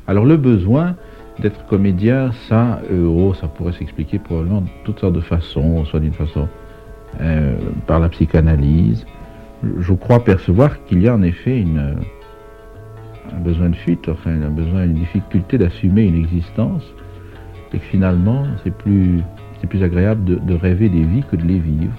Alors le besoin d'être comédien, ça pourrait s'expliquer probablement de toutes sortes de façons, soit d'une façon par la psychanalyse. Je crois percevoir qu'il y a en effet un besoin de fuite, enfin un besoin, une difficulté d'assumer une existence, et que finalement c'est plus agréable de rêver des vies que de les vivre.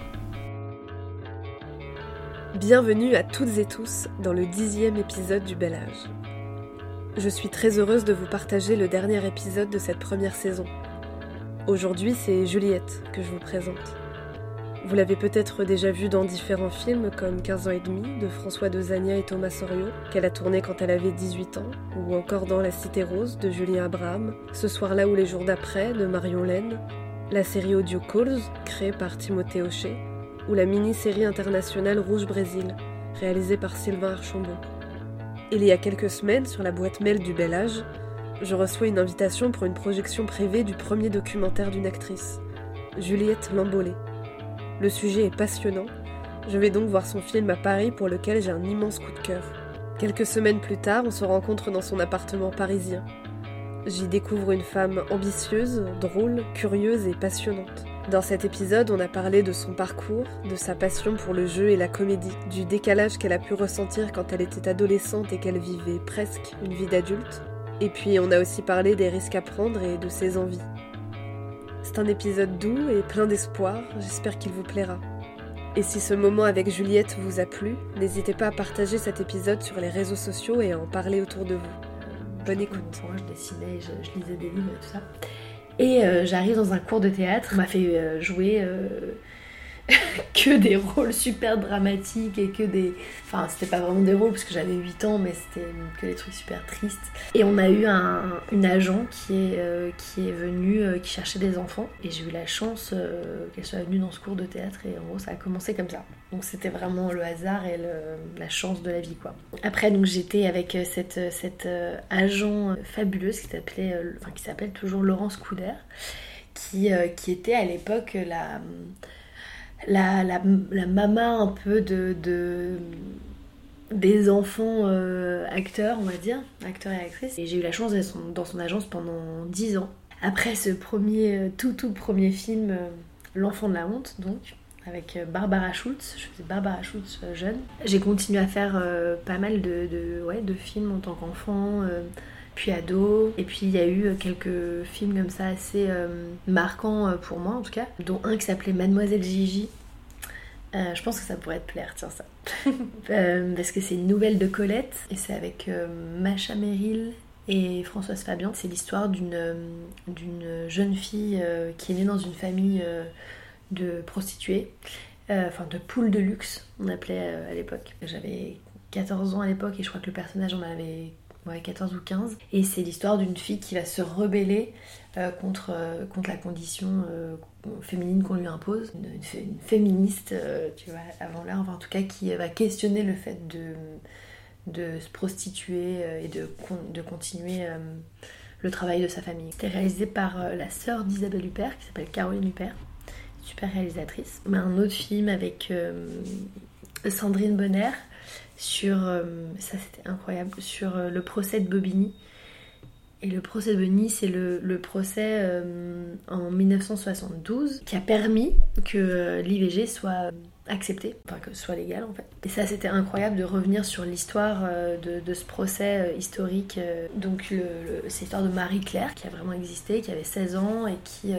Bienvenue à toutes et tous dans le 10e épisode du Bel Âge. Je suis très heureuse de vous partager le dernier épisode de cette première saison. Aujourd'hui, c'est Juliette que je vous présente. Vous l'avez peut-être déjà vue dans différents films comme 15 ans et demi de François Dezania et Thomas Soriot, qu'elle a tourné quand elle avait 18 ans, ou encore dans La Cité Rose de Julien Abraham, Ce soir-là ou les jours d'après de Marion Laine, la série audio Calls, créée par Timothée Hochet, ou la mini-série internationale Rouge Brésil, réalisée par Sylvain Archambault. Il y a quelques semaines, sur la boîte mail du Bel Âge, je reçois une invitation pour une projection privée du premier documentaire d'une actrice, Juliette Lambolé. Le sujet est passionnant, je vais donc voir son film à Paris pour lequel j'ai un immense coup de cœur. Quelques semaines plus tard, on se rencontre dans son appartement parisien. J'y découvre une femme ambitieuse, drôle, curieuse et passionnante. Dans cet épisode, on a parlé de son parcours, de sa passion pour le jeu et la comédie, du décalage qu'elle a pu ressentir quand elle était adolescente et qu'elle vivait presque une vie d'adulte. Et puis on a aussi parlé des risques à prendre et de ses envies. C'est un épisode doux et plein d'espoir, j'espère qu'il vous plaira. Et si ce moment avec Juliette vous a plu, n'hésitez pas à partager cet épisode sur les réseaux sociaux et à en parler autour de vous. Bonne écoute. Moi, je dessinais, je lisais des livres et tout ça. Et j'arrive dans un cours de théâtre, on m'a fait jouer que des rôles super dramatiques et que des... Enfin, c'était pas vraiment des rôles parce que j'avais 8 ans, mais c'était que des trucs super tristes. Et on a eu une agent qui est venue, qui cherchait des enfants. Et j'ai eu la chance qu'elle soit venue dans ce cours de théâtre et en gros, ça a commencé comme ça. Donc c'était vraiment le hasard et la chance de la vie, quoi. Après, donc j'étais avec cette agent fabuleuse qui s'appelle toujours Laurence Couder, qui était à l'époque la maman un peu des enfants acteurs, on va dire, acteurs et actrices. Et j'ai eu la chance d'être dans son agence pendant 10 ans. Après ce tout premier film, L'enfant de la honte, donc, avec Barbara Schultz, je faisais Barbara Schultz jeune. J'ai continué à faire pas mal de films en tant qu'enfant, puis ado, et puis il y a eu quelques films comme ça assez marquants pour moi en tout cas, dont un qui s'appelait Mademoiselle Gigi. Je pense que ça pourrait te plaire, tiens ça. Parce que c'est une nouvelle de Colette, et c'est avec Macha Merrill et Françoise Fabian. C'est l'histoire d'une jeune fille qui est née dans une famille de prostituées, de poules de luxe, on appelait à l'époque. J'avais 14 ans à l'époque et je crois que le personnage en avait 14 ou 15. Et c'est l'histoire d'une fille qui va se rebeller contre la condition féminine qu'on lui impose. Une féministe, tu vois, avant l'heure, enfin, en tout cas qui va questionner le fait de se prostituer et de continuer le travail de sa famille. C'était réalisé par la sœur d'Isabelle Huppert, qui s'appelle Caroline Huppert, super réalisatrice. Mais un autre film avec Sandrine Bonner, sur, ça c'était incroyable, sur le procès de Bobigny. Et le procès de Bobigny, c'est le procès en 1972 qui a permis que l'IVG soit accepté, enfin que ce soit légal en fait. Et ça c'était incroyable de revenir sur l'histoire de ce procès historique. Donc c'est l'histoire de Marie-Claire qui a vraiment existé, qui avait 16 ans et qui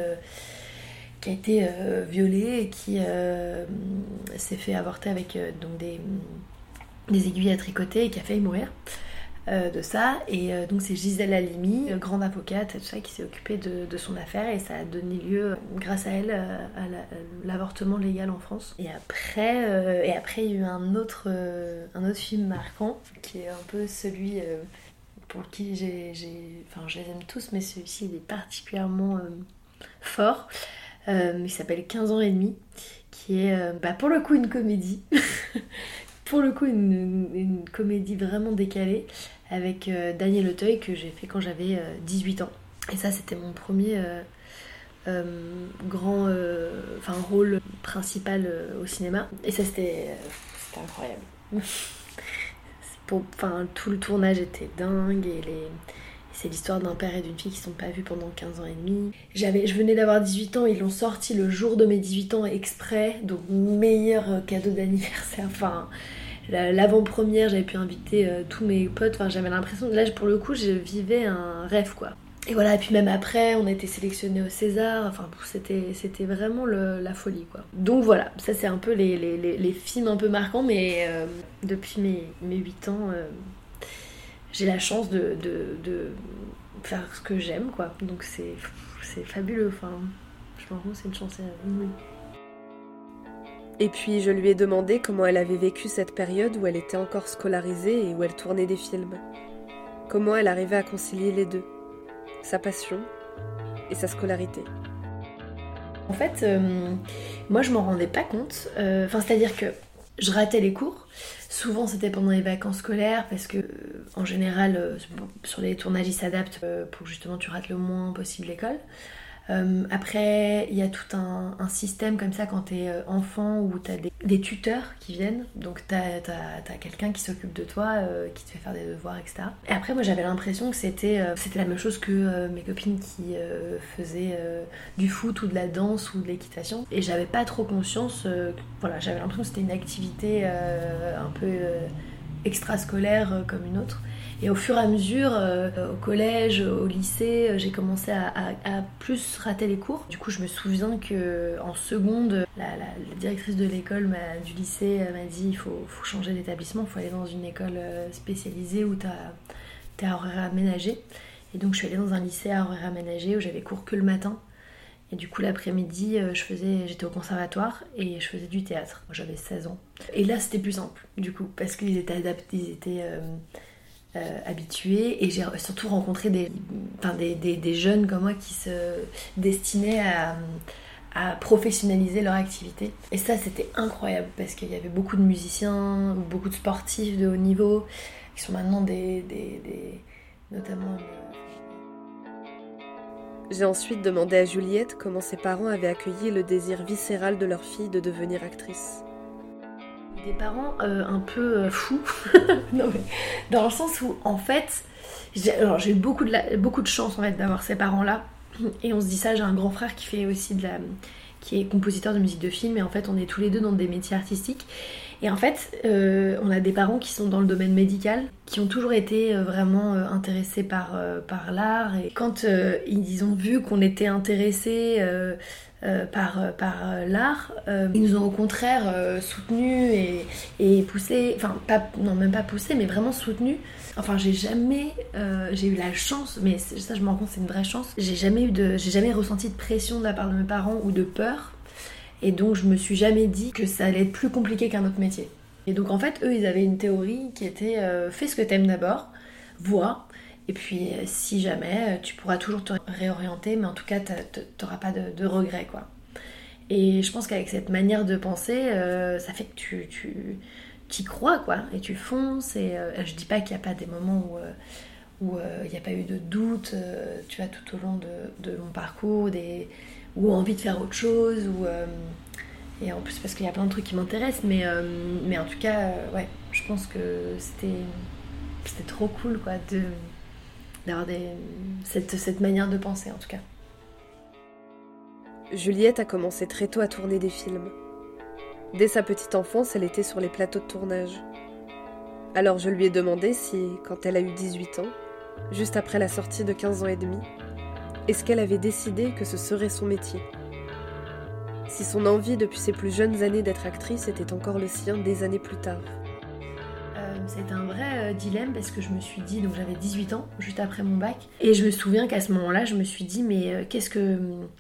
a été violée et qui s'est fait avorter avec donc des aiguilles à tricoter et qui a failli mourir de ça. Et donc c'est Gisèle Halimi, grande avocate, tout ça, qui s'est occupée de son affaire, et ça a donné lieu, grâce à elle, à l'avortement légal en France. Et après il y a eu un autre film marquant, qui est un peu celui pour qui je les aime tous, mais celui-ci il est particulièrement fort. Il s'appelle 15 ans et demi, qui est pour le coup une comédie. Pour le coup, une comédie vraiment décalée avec Daniel Auteuil, que j'ai fait quand j'avais 18 ans. Et ça, c'était mon premier grand rôle principal au cinéma. Et ça, c'était incroyable. Tout le tournage était dingue et C'est l'histoire d'un père et d'une fille qui ne sont pas vus pendant 15 ans et demi. Je venais d'avoir 18 ans, ils l'ont sorti le jour de mes 18 ans exprès, donc meilleur cadeau d'anniversaire. Enfin, l'avant-première, j'avais pu inviter tous mes potes, enfin j'avais l'impression, là pour le coup, je vivais un rêve quoi. Et voilà, et puis même après, on a été sélectionnés au César, enfin c'était vraiment la folie quoi. Donc voilà, ça c'est un peu les films un peu marquants, mais depuis mes 8 ans, j'ai la chance de faire ce que j'aime quoi. Donc c'est fabuleux, enfin je me rends compte c'est une chance inouïe. Et puis je lui ai demandé comment elle avait vécu cette période où elle était encore scolarisée et où elle tournait des films. Comment elle arrivait à concilier les deux, sa passion et sa scolarité. En fait, moi je m'en rendais pas compte. C'est-à-dire que je ratais les cours. Souvent c'était pendant les vacances scolaires parce que en général sur les tournages ils s'adaptent pour que justement tu rates le moins possible l'école. Après, il y a tout un système comme ça quand t'es enfant où t'as des tuteurs qui viennent, donc t'as quelqu'un qui s'occupe de toi, qui te fait faire des devoirs, etc. Et après, moi j'avais l'impression que c'était la même chose que mes copines qui faisaient du foot ou de la danse ou de l'équitation. Et j'avais pas trop conscience, voilà, j'avais l'impression que c'était une activité un peu extrascolaire comme une autre. Et au fur et à mesure, au collège, au lycée, j'ai commencé à plus rater les cours. Du coup, je me souviens qu'en seconde, la directrice de l'école du lycée m'a dit il faut changer d'établissement, il faut aller dans une école spécialisée où t'es à horaire aménagé. Et donc, je suis allée dans un lycée à horaire aménagé où j'avais cours que le matin. Et du coup, l'après-midi, j'étais au conservatoire et je faisais du théâtre. Moi, j'avais 16 ans. Et là, c'était plus simple, du coup, parce qu'ils étaient adaptés, ils étaient habitués. Et j'ai surtout rencontré des jeunes comme moi qui se destinaient à professionnaliser leur activité. Et ça, c'était incroyable, parce qu'il y avait beaucoup de musiciens, beaucoup de sportifs de haut niveau, qui sont maintenant notamment... J'ai ensuite demandé à Juliette comment ses parents avaient accueilli le désir viscéral de leur fille de devenir actrice. Des parents un peu fous, non, mais dans le sens où en fait j'ai eu beaucoup de chance en fait d'avoir ces parents-là. Et on se dit ça, j'ai un grand frère qui fait aussi qui est compositeur de musique de film, et en fait on est tous les deux dans des métiers artistiques. Et en fait, on a des parents qui sont dans le domaine médical, qui ont toujours été vraiment intéressés par l'art. Et quand ils ont vu qu'on était intéressés par l'art, ils nous ont au contraire soutenus et poussés, même pas poussés, mais vraiment soutenus. Enfin, j'ai eu la chance, mais ça je me rends compte c'est une vraie chance, j'ai jamais ressenti de pression de la part de mes parents ou de peur. Et donc je me suis jamais dit que ça allait être plus compliqué qu'un autre métier. Et donc en fait, eux, ils avaient une théorie qui était fais ce que t'aimes d'abord, vois, et puis si jamais, tu pourras toujours te réorienter, mais en tout cas, t'auras pas de regrets, quoi. Et je pense qu'avec cette manière de penser, ça fait que tu y crois, quoi, et tu fonces. Et je dis pas qu'il n'y a pas des moments où il n'y a pas eu de doute, tu vois, tout au long de mon parcours, ou envie de faire autre chose, et en plus parce qu'il y a plein de trucs qui m'intéressent, mais en tout cas, ouais, je pense que c'était trop cool, quoi, d'avoir cette manière de penser, en tout cas. Juliette a commencé très tôt à tourner des films. Dès sa petite enfance, elle était sur les plateaux de tournage. Alors je lui ai demandé si, quand elle a eu 18 ans, juste après la sortie de 15 ans et demi, est-ce qu'elle avait décidé que ce serait son métier? Si son envie depuis ses plus jeunes années d'être actrice était encore le sien des années plus tard. C'était un vrai dilemme, parce que je me suis dit, donc j'avais 18 ans, juste après mon bac, et je me souviens qu'à ce moment-là, je me suis dit, mais qu'est-ce que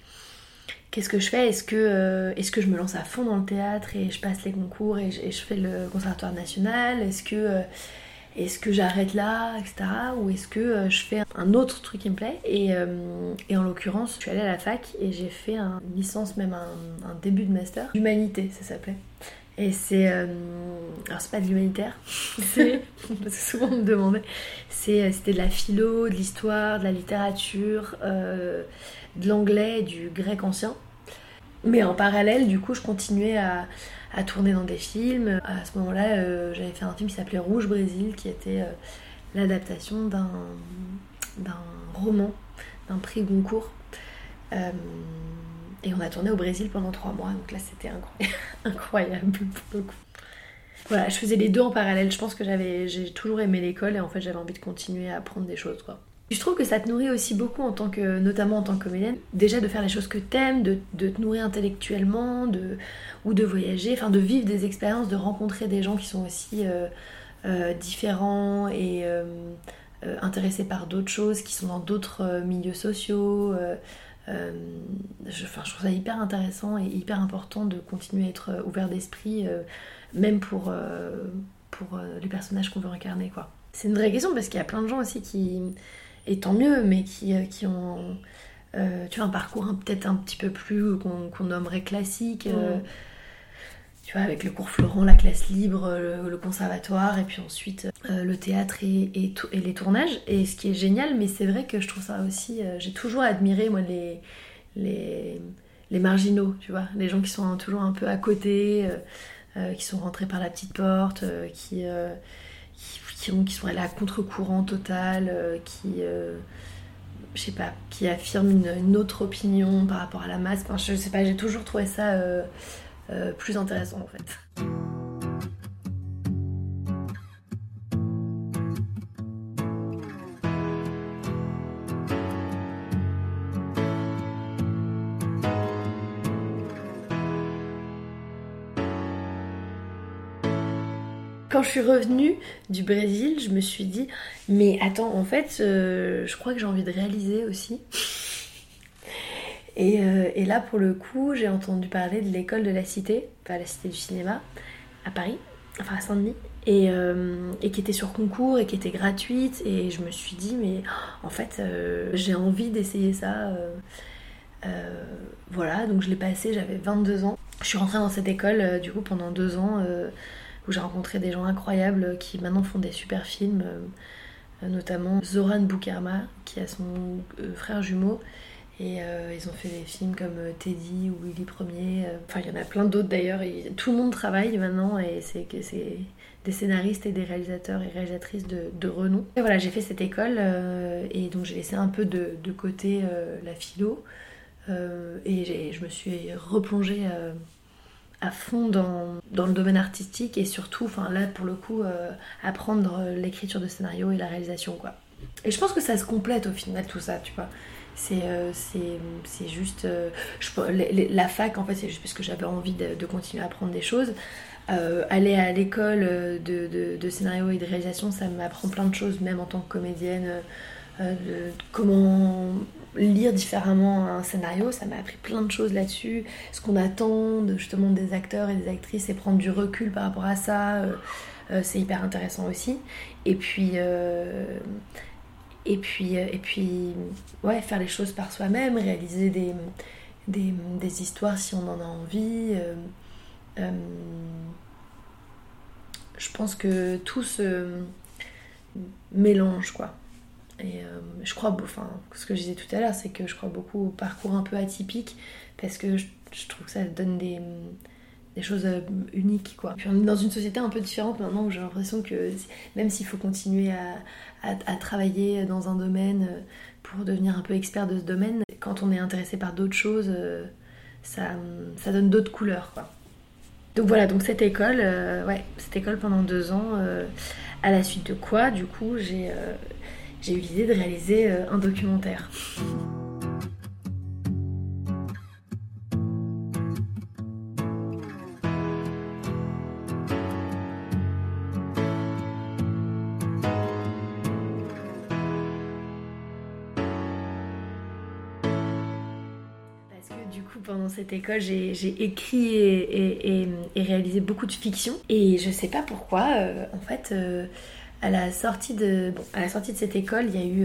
je fais? Est-ce que je me lance à fond dans le théâtre et je passe les concours et je fais le conservatoire national? Est-ce que j'arrête là, etc. Ou est-ce que je fais un autre truc qui me plaît? Et en l'occurrence, je suis allée à la fac et j'ai fait une licence, même un début de master. Humanité, ça s'appelait. Et alors c'est pas de l'humanitaire, parce que souvent on me demandait. C'était de la philo, de l'histoire, de la littérature, de l'anglais et du grec ancien. Mais en parallèle, du coup, je continuais à tourner dans des films. À ce moment-là, j'avais fait un film qui s'appelait Rouge Brésil, qui était l'adaptation d'un roman d'un prix Goncourt. Et on a tourné au Brésil pendant 3 mois, donc là c'était incroyable pour le coup. Voilà, je faisais les deux en parallèle. Je pense que j'ai toujours aimé l'école et en fait j'avais envie de continuer à apprendre des choses, quoi. Je trouve que ça te nourrit aussi beaucoup notamment en tant que comédienne. Déjà de faire les choses que t'aimes, de te nourrir intellectuellement, ou de voyager, enfin de vivre des expériences, de rencontrer des gens qui sont aussi différents et intéressés par d'autres choses, qui sont dans d'autres milieux sociaux. Je trouve ça hyper intéressant et hyper important de continuer à être ouvert d'esprit, même pour les personnages qu'on veut incarner, quoi. C'est une vraie question parce qu'il y a plein de gens aussi et tant mieux, mais qui ont tu vois, un parcours peut-être un petit peu plus qu'on nommerait classique. Tu vois, avec le cours Florent, la classe libre, le conservatoire, et puis ensuite le théâtre et les tournages. Et ce qui est génial, mais c'est vrai que je trouve ça aussi... j'ai toujours admiré, moi, les marginaux, tu vois. Les gens qui sont toujours un peu à côté, qui sont rentrés par la petite porte, qui sont allés à contre-courant total, je sais pas, qui affirment une autre opinion par rapport à la masse. Enfin, je sais pas, j'ai toujours trouvé ça... plus intéressant en fait. Quand je suis revenue du Brésil, je me suis dit mais attends, en fait je crois que j'ai envie de réaliser aussi. Et là, pour le coup, j'ai entendu parler de l'école de la Cité, enfin la Cité du cinéma, à Paris, enfin à Saint-Denis, et qui était sur concours et qui était gratuite. Et je me suis dit, mais en fait, j'ai envie d'essayer ça. Voilà, donc je l'ai passé, j'avais 22 ans. Je suis rentrée dans cette école, du coup, pendant 2 ans, où j'ai rencontré des gens incroyables qui maintenant font des super films, notamment Zoran Boukarma, qui a son frère jumeau. Et ils ont fait des films comme Teddy ou Willy Ier. Enfin, il y en a plein d'autres d'ailleurs. Tout le monde travaille maintenant et c'est des scénaristes et des réalisateurs et réalisatrices de renom. Et voilà, j'ai fait cette école et donc j'ai laissé un peu de côté la philo. Et je me suis replongée à fond dans le domaine artistique et surtout, enfin là pour le coup, apprendre l'écriture de scénario et la réalisation, quoi. Et je pense que ça se complète au final tout ça, tu vois. C'est juste... la fac, en fait, c'est juste parce que j'avais envie de continuer à apprendre des choses. Aller à l'école de scénario et de réalisation, ça m'apprend plein de choses, même en tant que comédienne. Comment lire différemment un scénario, ça m'a appris plein de choses là-dessus. Ce qu'on attend justement des acteurs et des actrices et prendre du recul par rapport à ça, c'est hyper intéressant aussi. Et puis ouais, faire les choses par soi-même, réaliser des histoires si on en a envie. Je pense que tout se mélange, quoi. Et je crois, enfin, ce que je disais tout à l'heure, c'est que je crois beaucoup au parcours un peu atypique, parce que je trouve que ça donne des choses uniques, quoi. Puis on est dans une société un peu différente maintenant, où j'ai l'impression que même s'il faut continuer à travailler dans un domaine pour devenir un peu expert de ce domaine, quand on est intéressé par d'autres choses, ça donne d'autres couleurs, quoi. Donc voilà, donc cette école pendant 2 ans, à la suite de quoi, du coup, j'ai eu l'idée de réaliser un documentaire. Pendant cette école, j'ai écrit et réalisé beaucoup de fiction. Et je sais pas pourquoi, en fait, à la sortie de cette école, il y a eu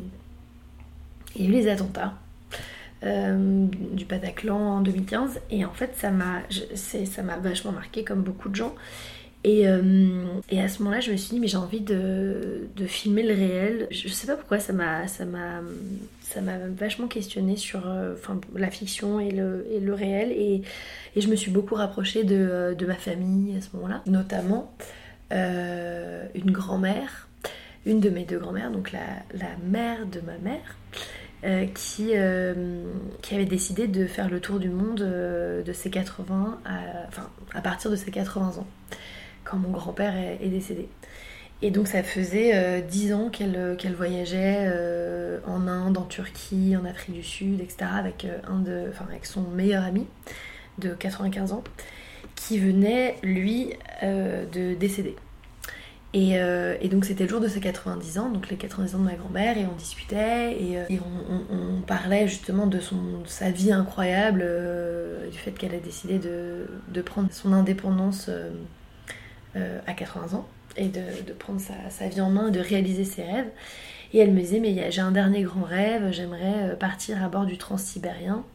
les attentats du Bataclan en 2015. Et en fait, ça m'a vachement marqué, comme beaucoup de gens. Et à ce moment-là, je me suis dit, mais j'ai envie de filmer le réel. Je sais pas pourquoi, ça m'a vachement questionnée sur la fiction et le réel. Et je me suis beaucoup rapprochée de ma famille à ce moment-là. Notamment une grand-mère une de mes deux grand-mères, donc la mère de ma mère, qui avait décidé de faire le tour du monde de ses 80 à partir de ses 80 ans, quand mon grand-père est décédé. Et donc ça faisait 10 ans qu'elle voyageait en Inde, en Turquie, en Afrique du Sud, etc. avec son meilleur ami de 95 ans, qui venait, lui, de décéder. Et donc c'était le jour de ses 90 ans, donc les 90 ans de ma grand-mère, et on discutait, et on parlait justement de sa vie incroyable, du fait qu'elle a décidé de prendre son indépendance à 80 ans, et de prendre sa vie en main et de réaliser ses rêves. Et elle me disait, mais j'ai un dernier grand rêve, j'aimerais partir à bord du Transsibérien,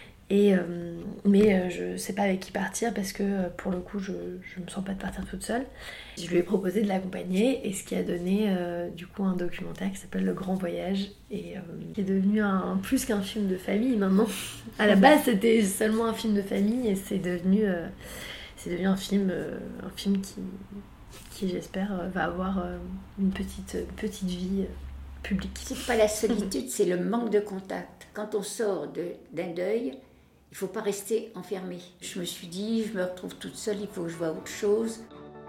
mais je sais pas avec qui partir parce que pour le coup je me sens pas de partir toute seule. Je lui ai proposé de l'accompagner, et ce qui a donné du coup un documentaire qui s'appelle Le Grand Voyage, et qui est devenu plus qu'un film de famille maintenant. À la base c'était seulement un film de famille, et c'est devenu un film qui j'espère va avoir une petite vie publique. C'est pas la solitude, c'est le manque de contact. Quand on sort d'un deuil, il ne faut pas rester enfermé. Je me suis dit, je me retrouve toute seule, il faut que je voie autre chose.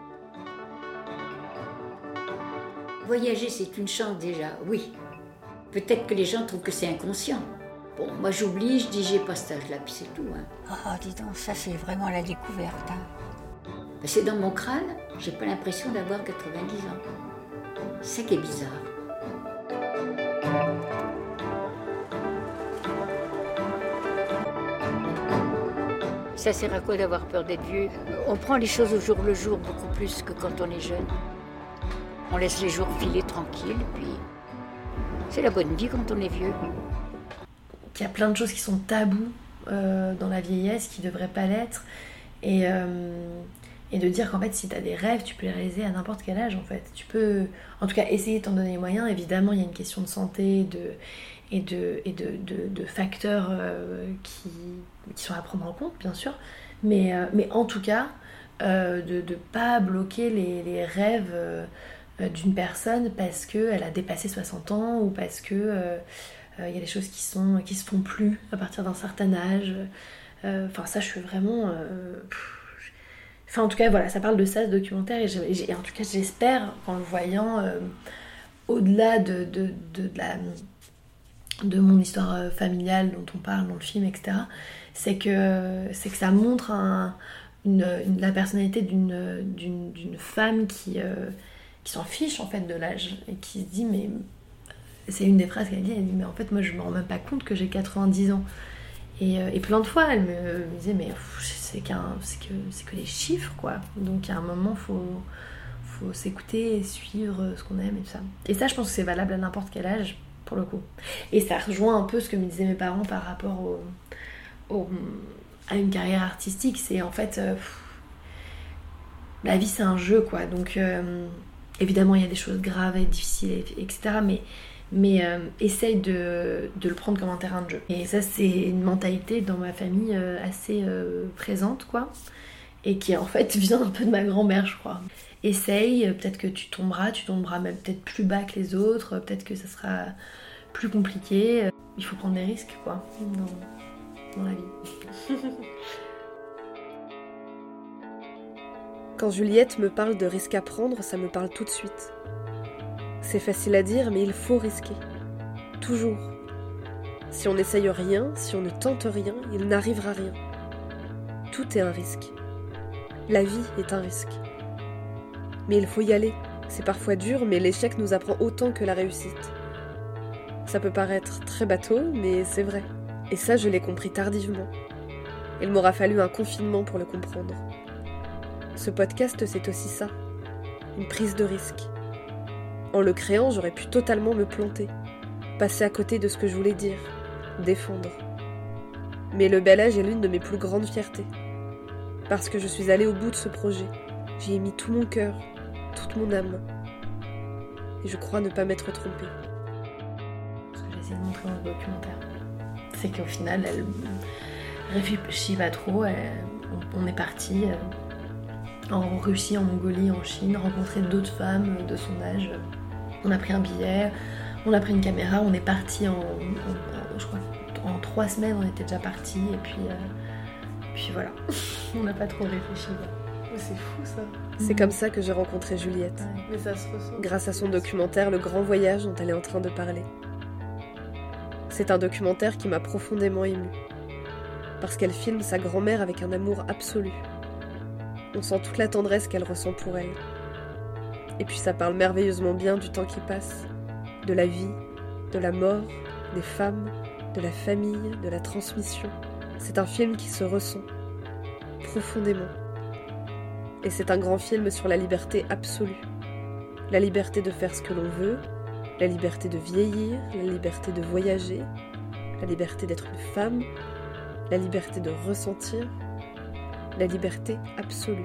Voyager, c'est une chance déjà, oui. Peut-être que les gens trouvent que c'est inconscient. Bon, moi j'oublie, je dis j'ai pas cet âge-là, puis c'est tout. Hein. Oh, dis donc, ça c'est vraiment la découverte. Hein. C'est dans mon crâne, j'ai pas l'impression d'avoir 90 ans. C'est ça qui est bizarre. Ça sert à quoi d'avoir peur d'être vieux? On prend les choses au jour le jour beaucoup plus que quand on est jeune. On laisse les jours filer tranquille, puis c'est la bonne vie quand on est vieux. Il y a plein de choses qui sont tabous dans la vieillesse, qui ne devraient pas l'être, et de dire qu'en fait si tu as des rêves, tu peux les réaliser à n'importe quel âge en fait. Tu peux en tout cas essayer de t'en donner les moyens. Évidemment il y a une question de santé et de facteurs qui sont à prendre en compte bien sûr, mais en tout cas de ne pas bloquer les rêves d'une personne parce qu'elle a dépassé 60 ans, ou parce que y a des choses qui se font plus à partir d'un certain âge. Ça je suis vraiment... en tout cas voilà, ça parle de ça ce documentaire, et en tout cas j'espère qu'en le voyant, au-delà de mon histoire familiale dont on parle dans le film, etc., c'est que ça montre la personnalité d'une femme qui s'en fiche en fait de l'âge, et qui se dit, mais c'est une des phrases qu'elle dit, mais en fait moi je me rends même pas compte que j'ai 90 ans. Et plein de fois elle me disait, mais c'est que les chiffres quoi, donc à un moment faut s'écouter et suivre ce qu'on aime et tout ça. Et ça je pense que c'est valable à n'importe quel âge pour le coup. Et ça rejoint un peu ce que me disaient mes parents par rapport à une carrière artistique. C'est en fait la vie c'est un jeu quoi, donc évidemment il y a des choses graves et difficiles etc., mais essaye de le prendre comme un terrain de jeu. Et ça c'est une mentalité dans ma famille assez présente quoi, et qui en fait vient un peu de ma grand-mère je crois. Essaye, peut-être que tu tomberas même peut-être plus bas que les autres, peut-être que ça sera plus compliqué. Il faut prendre des risques quoi dans la vie. Quand Juliette me parle de risques à prendre, ça me parle tout de suite. C'est facile à dire, mais il faut risquer. Toujours. Si on n'essaye rien, si on ne tente rien, il n'arrivera rien. Tout est un risque. La vie est un risque. Mais il faut y aller. C'est parfois dur, mais l'échec nous apprend autant que la réussite. Ça peut paraître très bateau, mais c'est vrai. Et ça, je l'ai compris tardivement. Il m'aura fallu un confinement pour le comprendre. Ce podcast, c'est aussi ça. Une prise de risque. En le créant, j'aurais pu totalement me planter. Passer à côté de ce que je voulais dire. Défendre. Mais le bel âge est l'une de mes plus grandes fiertés. Parce que je suis allée au bout de ce projet. J'y ai mis tout mon cœur, toute mon âme. Et je crois ne pas m'être trompée. Ce que j'essaie de montrer dans le documentaire, c'est qu'au final, elle réfléchit pas trop. On est parti en Russie, en Mongolie, en Chine, rencontrer d'autres femmes de son âge. On a pris un billet, on a pris une caméra, on est parti je crois en 3 semaines on était déjà partis et puis voilà. On n'a pas trop réfléchi. Mais c'est fou ça. C'est comme ça que j'ai rencontré Juliette. Ouais, mais ça se ressent. Grâce à son documentaire Le Grand Voyage dont elle est en train de parler. C'est un documentaire qui m'a profondément émue. Parce qu'elle filme sa grand-mère avec un amour absolu. On sent toute la tendresse qu'elle ressent pour elle. Et puis ça parle merveilleusement bien du temps qui passe, de la vie, de la mort, des femmes, de la famille, de la transmission. C'est un film qui se ressent, profondément. Et c'est un grand film sur la liberté absolue. La liberté de faire ce que l'on veut, la liberté de vieillir, la liberté de voyager, la liberté d'être une femme, la liberté de ressentir, la liberté absolue.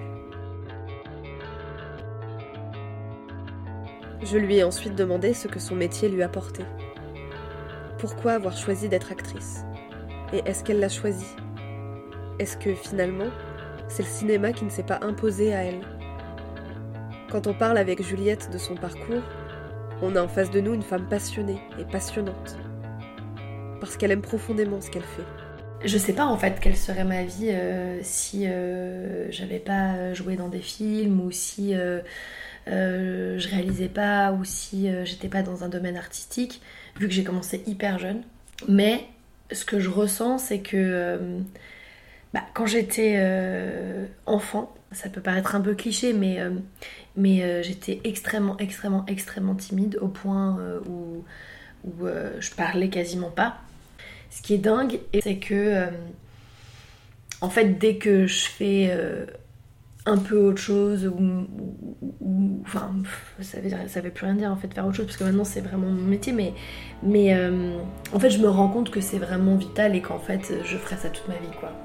Je lui ai ensuite demandé ce que son métier lui apportait. Pourquoi avoir choisi d'être actrice ? Et est-ce qu'elle l'a choisi ? Est-ce que, finalement, c'est le cinéma qui ne s'est pas imposé à elle ? Quand on parle avec Juliette de son parcours, on a en face de nous une femme passionnée et passionnante. Parce qu'elle aime profondément ce qu'elle fait. Je sais pas en fait quelle serait ma vie si j'avais pas joué dans des films ou si je réalisais pas ou si j'étais pas dans un domaine artistique, vu que j'ai commencé hyper jeune. Mais ce que je ressens, c'est que quand j'étais enfant, ça peut paraître un peu cliché, mais j'étais extrêmement timide au point où je parlais quasiment pas. Ce qui est dingue, c'est que en fait, dès que je fais un peu autre chose enfin ça veut plus rien dire en fait faire autre chose parce que maintenant c'est vraiment mon métier, mais en fait je me rends compte que c'est vraiment vital et qu'en fait je ferai ça toute ma vie quoi.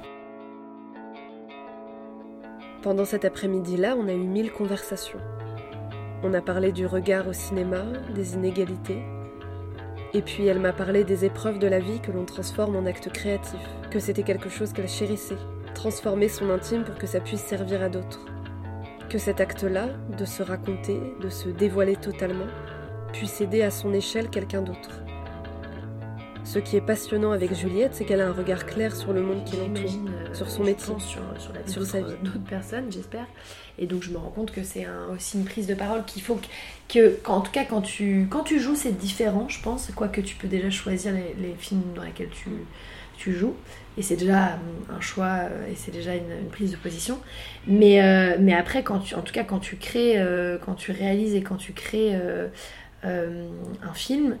Pendant cet après-midi-là, on a eu 1000 conversations. On a parlé du regard au cinéma, des inégalités. Et puis elle m'a parlé des épreuves de la vie que l'on transforme en actes créatifs, que c'était quelque chose qu'elle chérissait, transformer son intime pour que ça puisse servir à d'autres. Que cet acte-là, de se raconter, de se dévoiler totalement, puisse aider à son échelle quelqu'un d'autre. Ce qui est passionnant avec Juliette, c'est qu'elle a un regard clair sur le monde qui l'entoure, sur son métier, sur sa vie. D'autres personnes, j'espère. Et donc je me rends compte que c'est aussi une prise de parole qu'il faut en tout cas quand tu joues, c'est différent, je pense. Quoique tu peux déjà choisir les films dans lesquels tu joues. Et c'est déjà un choix et c'est déjà une prise de position. Mais après, quand tu crées, quand tu réalises et quand tu crées un film,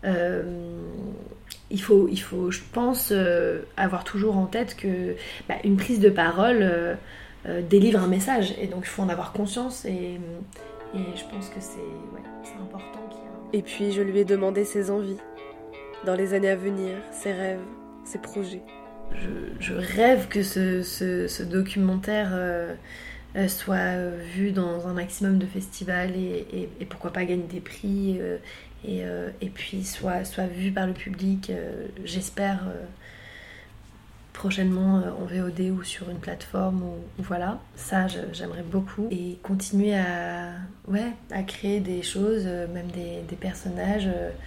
il faut, je pense, avoir toujours en tête que une prise de parole délivre un message. Et donc il faut en avoir conscience et je pense que c'est important qu'il y ait... Et puis je lui ai demandé ses envies, dans les années à venir, ses rêves, ses projets. Je rêve que ce documentaire soit vu dans un maximum de festivals et pourquoi pas gagner des prix et puis soit vu par le public, j'espère prochainement en VOD ou sur une plateforme ou voilà, ça j'aimerais beaucoup et continuer à créer des choses, même des personnages,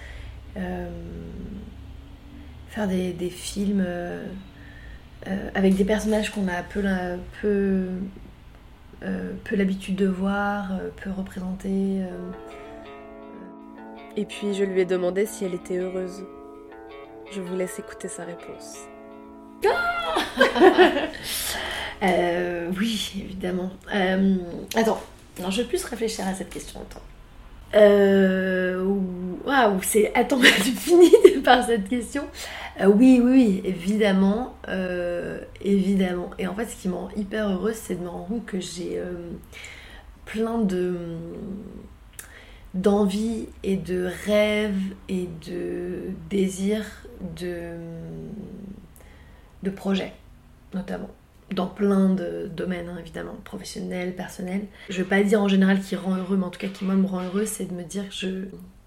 faire des films avec des personnages qu'on a peu l'habitude de voir, peu représenter. Et puis je lui ai demandé si elle était heureuse. Je vous laisse écouter sa réponse. Oui, évidemment. Attends, non, je vais plus réfléchir à cette question. Waouh, Attends, tu finis par cette question. Oui, évidemment. Évidemment. Et en fait, ce qui me rend hyper heureuse, c'est de me rendre compte que j'ai plein d'envie et de rêves et de désirs de projets, notamment. Dans plein de domaines, hein, évidemment, professionnels, personnels. Je vais pas dire en général qui rend heureux, mais en tout cas qui moi me rend heureux, c'est de me dire que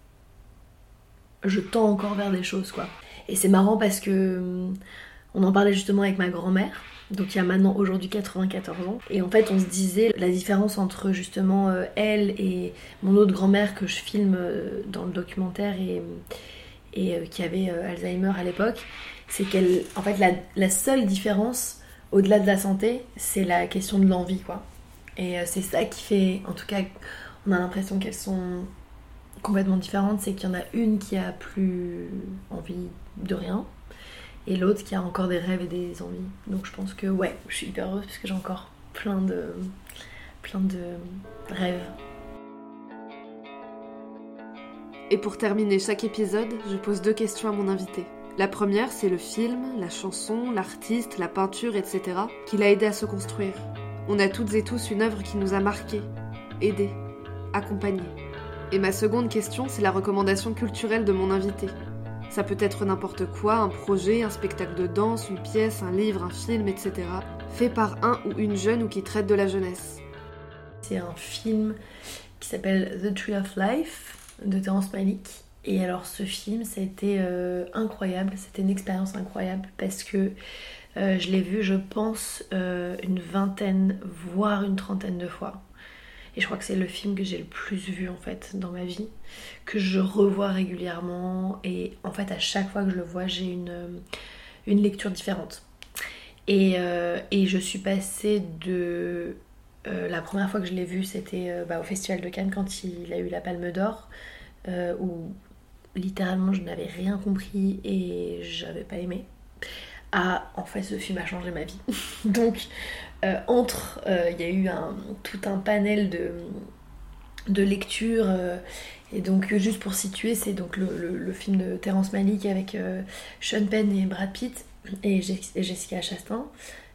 je tends encore vers des choses, quoi. Et c'est marrant parce que on en parlait justement avec ma grand-mère, Donc il y a maintenant aujourd'hui 94 ans. Et en fait on se disait la différence entre justement elle et mon autre grand-mère que je filme dans le documentaire et qui avait Alzheimer à l'époque, c'est qu'elle, en fait la seule différence au-delà de la santé, c'est la question de l'envie quoi. Et c'est ça qui fait, en tout cas on a l'impression qu'elles sont complètement différentes, c'est qu'il y en a une qui a plus envie de rien et l'autre qui a encore des rêves et des envies. Donc je pense que ouais, je suis hyper heureuse parce que j'ai encore plein de rêves. Et pour terminer chaque épisode, je pose 2 questions à mon invité. La première, c'est le film, la chanson, l'artiste, la peinture, etc. qui l'a aidé à se construire. On a toutes et tous une œuvre qui nous a marqués, aidés, accompagnés. Et ma seconde question, c'est la recommandation culturelle de mon invité. Ça peut être n'importe quoi, un projet, un spectacle de danse, une pièce, un livre, un film, etc. fait par un ou une jeune ou qui traite de la jeunesse. C'est un film qui s'appelle The Tree of Life de Terrence Malick. Et alors ce film, ça a été incroyable, c'était une expérience incroyable parce que je l'ai vu, je pense, une 20aine, voire une 30aine de fois. Et je crois que c'est le film que j'ai le plus vu en fait dans ma vie, que je revois régulièrement. Et en fait à chaque fois que je le vois, j'ai une lecture différente. Et je suis passée de... la première fois que je l'ai vu, c'était au Festival de Cannes quand il a eu la Palme d'Or, où littéralement je n'avais rien compris et j'avais pas aimé. En fait ce film a changé ma vie. Donc il y a eu tout un panel de lectures et donc juste pour situer, c'est donc le film de Terrence Malick avec Sean Penn et Brad Pitt et Jessica Chastain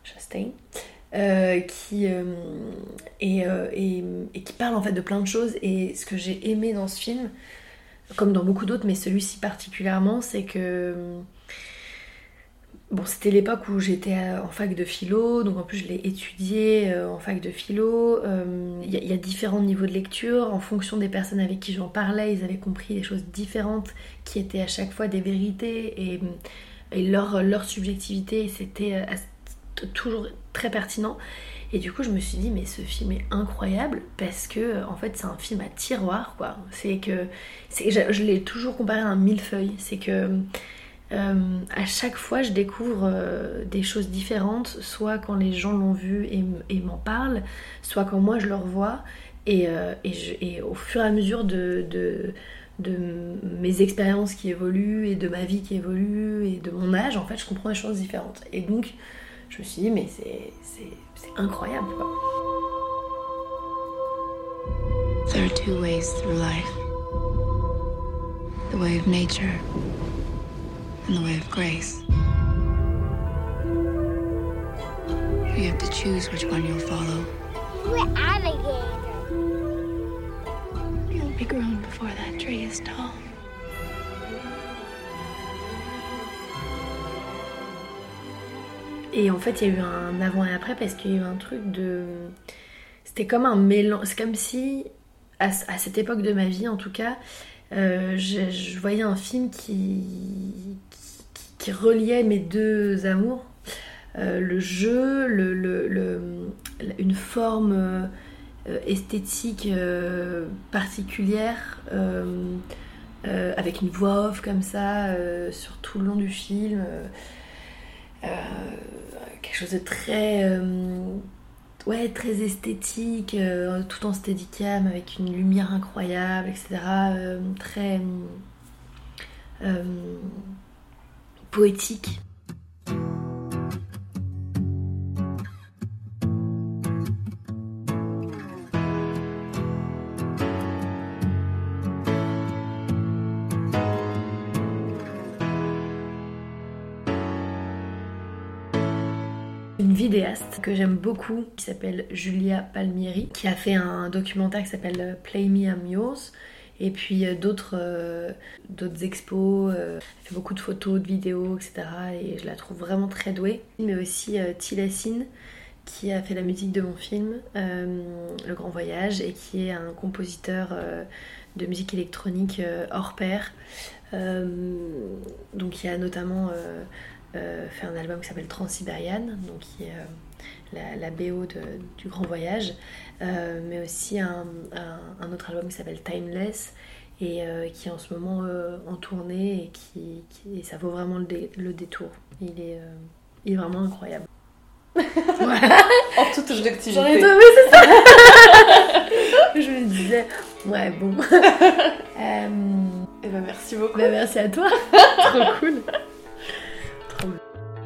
qui parle en fait de plein de choses. Et ce que j'ai aimé dans ce film, comme dans beaucoup d'autres mais celui-ci particulièrement, c'est que bon, c'était l'époque où j'étais en fac de philo, donc en plus je l'ai étudié en fac de philo. Il y a différents niveaux de lecture. En fonction des personnes avec qui j'en parlais, ils avaient compris des choses différentes qui étaient à chaque fois des vérités et leur subjectivité, c'était toujours très pertinent. Et du coup je me suis dit mais ce film est incroyable parce que en fait c'est un film à tiroir quoi. Je l'ai toujours comparé à un millefeuille. C'est que à chaque fois je découvre des choses différentes, soit quand les gens l'ont vu et m'en parlent, soit quand moi je le revois et au fur et à mesure de mes expériences qui évoluent et de ma vie qui évolue et de mon âge, en fait je comprends des choses différentes. Et donc je me suis dit mais c'est incroyable quoi. There are 2 ways through life. The way of nature and the way of grace. You have to choose which one you'll follow. We're alligators. You'll be grown before that tree is tall. Et en fait, il y a eu un avant et après parce qu'il y a eu un truc de... C'était comme un mélange. C'est comme si, à cette époque de ma vie en tout cas, je voyais un film qui reliait mes 2 amours. Le jeu, une forme esthétique particulière, avec une voix off comme ça, sur tout le long du film. Quelque chose de très très esthétique, tout en steadicam avec une lumière incroyable, etc. Très poétique. Une vidéaste que j'aime beaucoup qui s'appelle Julia Palmieri, qui a fait un documentaire qui s'appelle Play Me I'm Yours, et puis d'autres expos, elle fait beaucoup de photos, de vidéos, etc. Et je la trouve vraiment très douée. Mais aussi Tilassine, qui a fait la musique de mon film Le Grand Voyage et qui est un compositeur de musique électronique hors pair. Donc il y a notamment fait un album qui s'appelle Transsibérian, donc qui est la BO du Grand Voyage, mais aussi un autre album qui s'appelle Timeless, et qui est en ce moment en tournée, et ça vaut vraiment le détour. Il est vraiment incroyable. En toute objectivité. J'en ai trouvé, c'est ça. Je me disais, ouais, bon. Et ben merci beaucoup. Bah, merci à toi. Trop cool. Trop bien.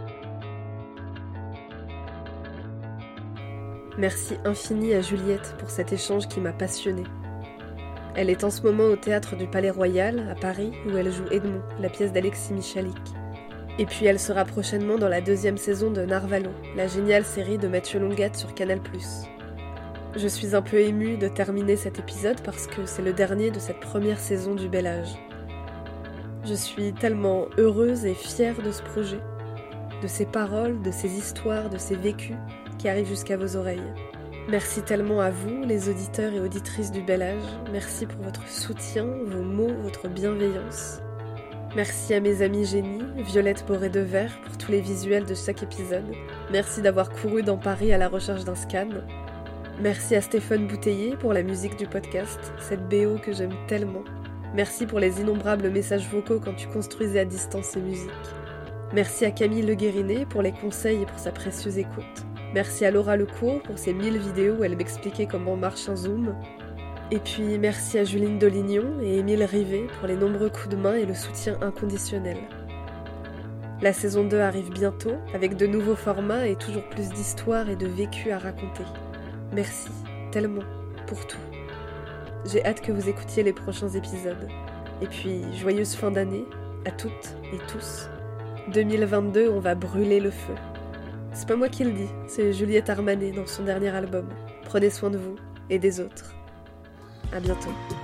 Merci infini à Juliette pour cet échange qui m'a passionnée. Elle est en ce moment au théâtre du Palais Royal, à Paris, où elle joue Edmond, la pièce d'Alexis Michalik. Et puis elle sera prochainement dans la 2e saison de Narvalo, la géniale série de Mathieu Longuette sur Canal+. Je suis un peu émue de terminer cet épisode parce que c'est le dernier de cette première saison du Bel Âge. Je suis tellement heureuse et fière de ce projet, de ces paroles, de ces histoires, de ces vécus qui arrivent jusqu'à vos oreilles. Merci tellement à vous, les auditeurs et auditrices du Bel Âge. Merci pour votre soutien, vos mots, votre bienveillance. Merci à mes amies génies, Violette Boré-Devers, pour tous les visuels de chaque épisode. Merci d'avoir couru dans Paris à la recherche d'un scan. Merci à Stéphane Bouteiller pour la musique du podcast, cette BO que j'aime tellement. Merci pour les innombrables messages vocaux quand tu construisais à distance ces musiques. Merci à Camille Le Guérinet pour les conseils et pour sa précieuse écoute. Merci à Laura Lecourt pour ses 1000 vidéos où elle m'expliquait comment marche un zoom. Et puis merci à Juline Dolignon et Émile Rivet pour les nombreux coups de main et le soutien inconditionnel. La saison 2 arrive bientôt, avec de nouveaux formats et toujours plus d'histoires et de vécus à raconter. Merci, tellement, pour tout. J'ai hâte que vous écoutiez les prochains épisodes. Et puis, joyeuse fin d'année, à toutes et tous. 2022, on va brûler le feu. C'est pas moi qui le dis, c'est Juliette Armanet dans son dernier album. Prenez soin de vous et des autres. À bientôt.